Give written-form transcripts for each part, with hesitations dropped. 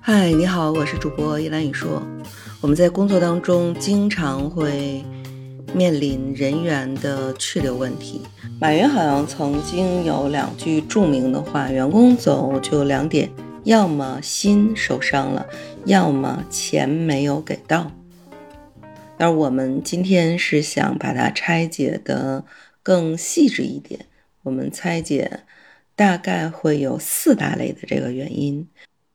嗨，你好，我是主播叶兰雨说。我们在工作当中经常会面临人员的去留问题。马云好像曾经有2句著名的话：员工走就2点，要么心受伤了，要么钱没有给到。而我们今天是想把它拆解的更细致一点，我们拆解大概会有4大类的这个原因。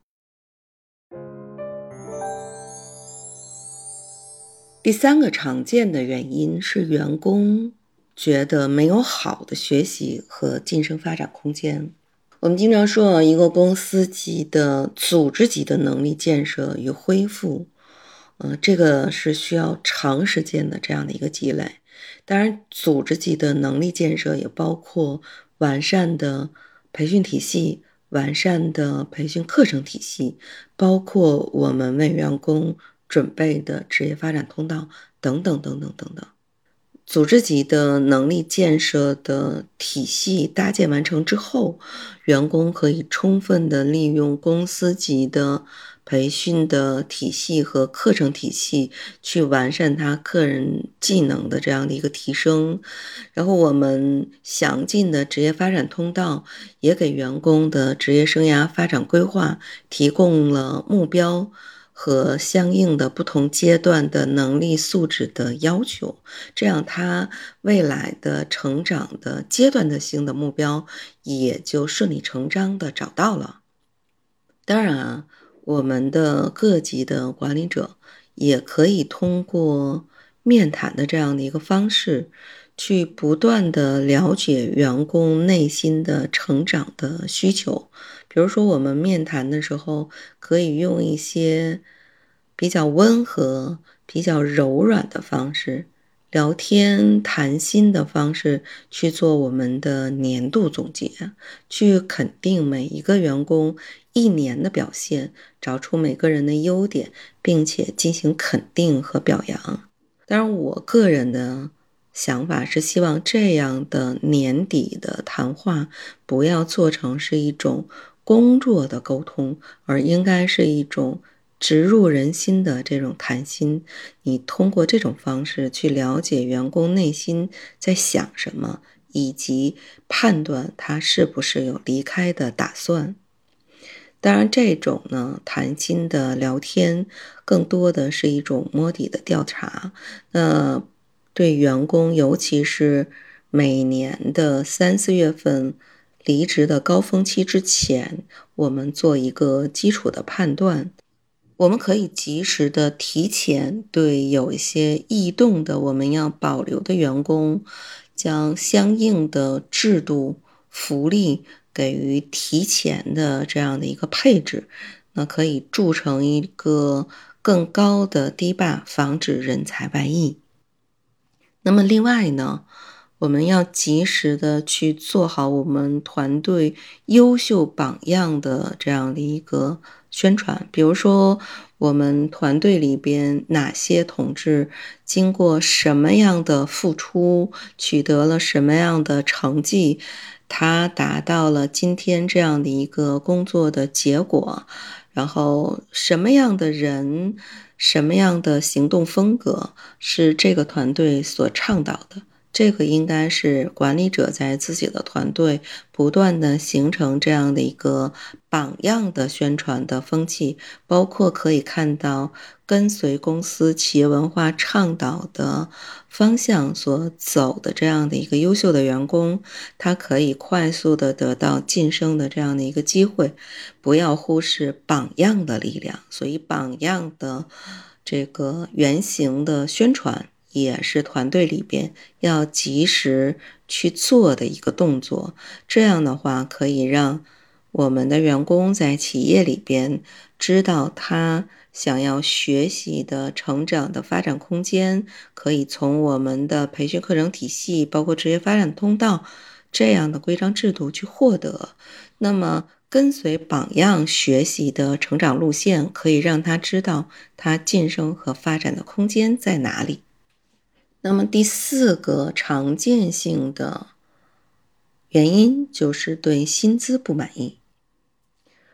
第3个常见的原因是员工觉得没有好的学习和晋升发展空间。我们经常说一个公司级的组织级的能力建设与恢复，这个是需要长时间的这样的一个积累。当然，组织级的能力建设也包括完善的培训体系、完善的培训课程体系，包括我们为员工准备的职业发展通道等等等等等等。组织级的能力建设的体系搭建完成之后，员工可以充分的利用公司级的培训的体系和课程体系去完善他个人技能的这样的一个提升。然后我们详尽的职业发展通道也给员工的职业生涯发展规划提供了目标和相应的不同阶段的能力素质的要求，这样他未来的成长的阶段的性的目标也就顺理成章的找到了。当然啊，我们的各级的管理者也可以通过面谈的这样的一个方式，去不断的了解员工内心的成长的需求。比如说我们面谈的时候，可以用一些比较温和、比较柔软的方式，聊天谈心的方式去做我们的年度总结，去肯定每一个员工1年的表现，找出每个人的优点，并且进行肯定和表扬。当然，我个人的想法是希望这样的年底的谈话不要做成是一种工作的沟通，而应该是一种植入人心的这种谈心。你通过这种方式去了解员工内心在想什么，以及判断他是不是有离开的打算。当然，这种呢谈心的聊天更多的是一种摸底的调查。对员工，尤其是每年的3、4月份离职的高峰期之前，我们做一个基础的判断。我们可以及时的提前对有一些异动的我们要保留的员工，将相应的制度福利给予提前的这样的一个配置，那可以铸成一个更高的堤坝，防止人才外溢。那么另外呢，我们要及时的去做好我们团队优秀榜样的这样的一个宣传。比如说我们团队里边哪些同志经过什么样的付出，取得了什么样的成绩，他达到了今天这样的一个工作的结果，然后什么样的人，什么样的行动风格是这个团队所倡导的。这个应该是管理者在自己的团队不断的形成这样的一个榜样的宣传的风气，包括可以看到跟随公司企业文化倡导的方向所走的这样的一个优秀的员工，他可以快速的得到晋升的这样的一个机会。不要忽视榜样的力量，所以榜样的这个原型的宣传也是团队里边要及时去做的一个动作。这样的话可以让我们的员工在企业里边知道他想要学习的成长的发展空间，可以从我们的培训课程体系包括职业发展通道这样的规章制度去获得。那么跟随榜样学习的成长路线，可以让他知道他晋升和发展的空间在哪里。那么第4个常见性的原因就是对薪资不满意。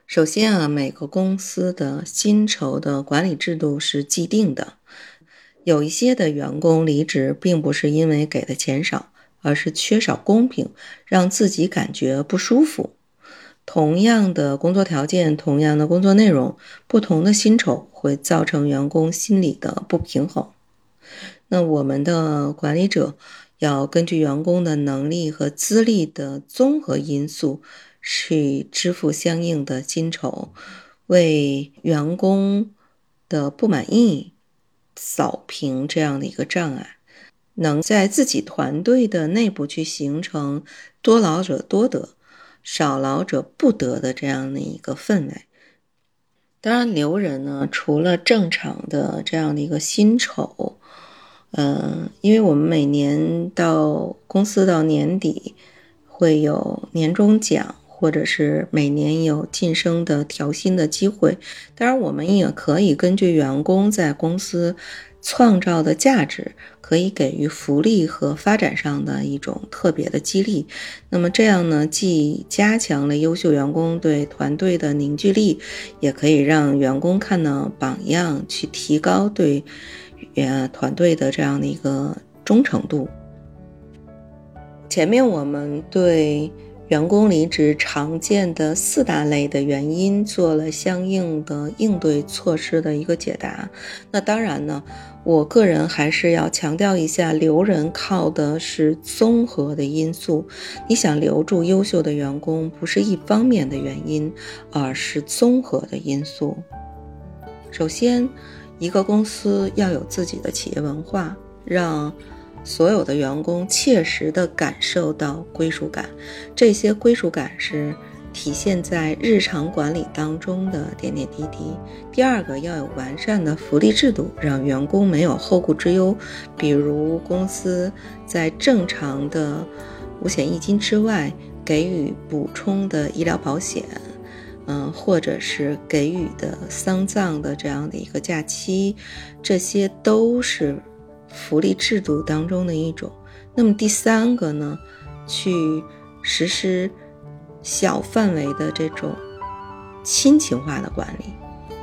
首先啊，每个公司的薪酬的管理制度是既定的，有一些的员工离职并不是因为给的钱少，而是缺少公平，让自己感觉不舒服。同样的工作条件，同样的工作内容，不同的薪酬会造成员工心理的不平衡。那我们的管理者要根据员工的能力和资历的综合因素去支付相应的薪酬，为员工的不满意扫平这样的一个障碍，能在自己团队的内部去形成多劳者多得，少劳者不得的这样的一个氛围。当然留人呢，除了正常的这样的一个薪酬，因为我们每年到公司到年底会有年终奖，或者是每年有晋升的调薪的机会。当然我们也可以根据员工在公司创造的价值，可以给予福利和发展上的一种特别的激励。那么这样呢，既加强了优秀员工对团队的凝聚力，也可以让员工看到榜样，去提高对团队的这样的一个忠诚度。前面我们对员工离职常见的4大类的原因做了相应的应对措施的一个解答。那当然呢，我个人还是要强调一下，留人靠的是综合的因素。你想留住优秀的员工，不是一方面的原因，而是综合的因素。首先，一个公司要有自己的企业文化，让所有的员工切实地感受到归属感，这些归属感是体现在日常管理当中的点点滴滴。第二个，要有完善的福利制度，让员工没有后顾之忧，比如公司在正常的五险一金之外给予补充的医疗保险，或者是给予的丧葬的这样的一个假期，这些都是福利制度当中的一种。那么第三个呢，去实施小范围的这种亲情化的管理。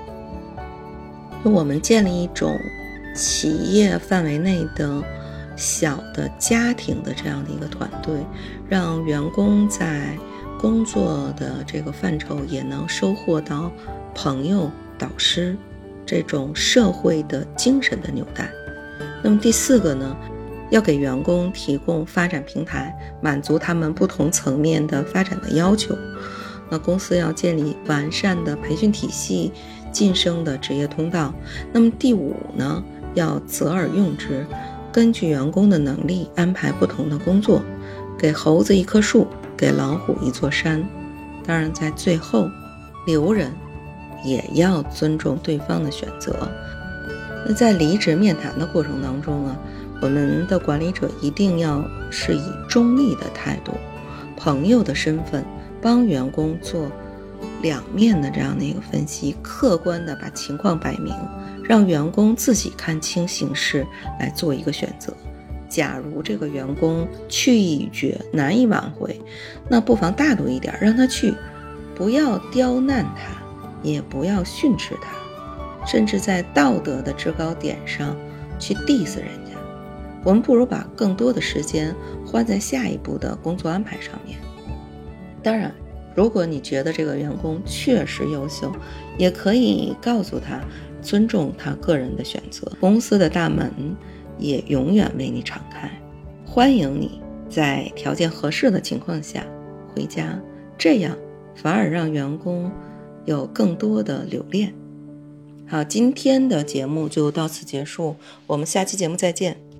我们建立一种企业范围内的小的家庭的这样的一个团队，让员工在工作的这个范畴也能收获到朋友、导师这种社会的精神的纽带。那么第四个呢，要给员工提供发展平台，满足他们不同层面的发展的要求。那公司要建立完善的培训体系，晋升的职业通道。那么第五呢，要择而用之，根据员工的能力安排不同的工作，给猴子一棵树，给老虎一座山。当然在最后，留人也要尊重对方的选择。那在离职面谈的过程当中我们的管理者一定要是以中立的态度，朋友的身份，帮员工做两面的这样的一个分析，客观的把情况摆明，让员工自己看清形势来做一个选择。假如这个员工去意已决，难以挽回，那不妨大度一点，让他去，不要刁难他，也不要训斥他，甚至在道德的制高点上去 diss 人家。我们不如把更多的时间花在下一步的工作安排上面。当然，如果你觉得这个员工确实优秀，也可以告诉他，尊重他个人的选择。公司的大门也永远为你敞开，欢迎你在条件合适的情况下回家，这样反而让员工有更多的留恋。好，今天的节目就到此结束，我们下期节目再见。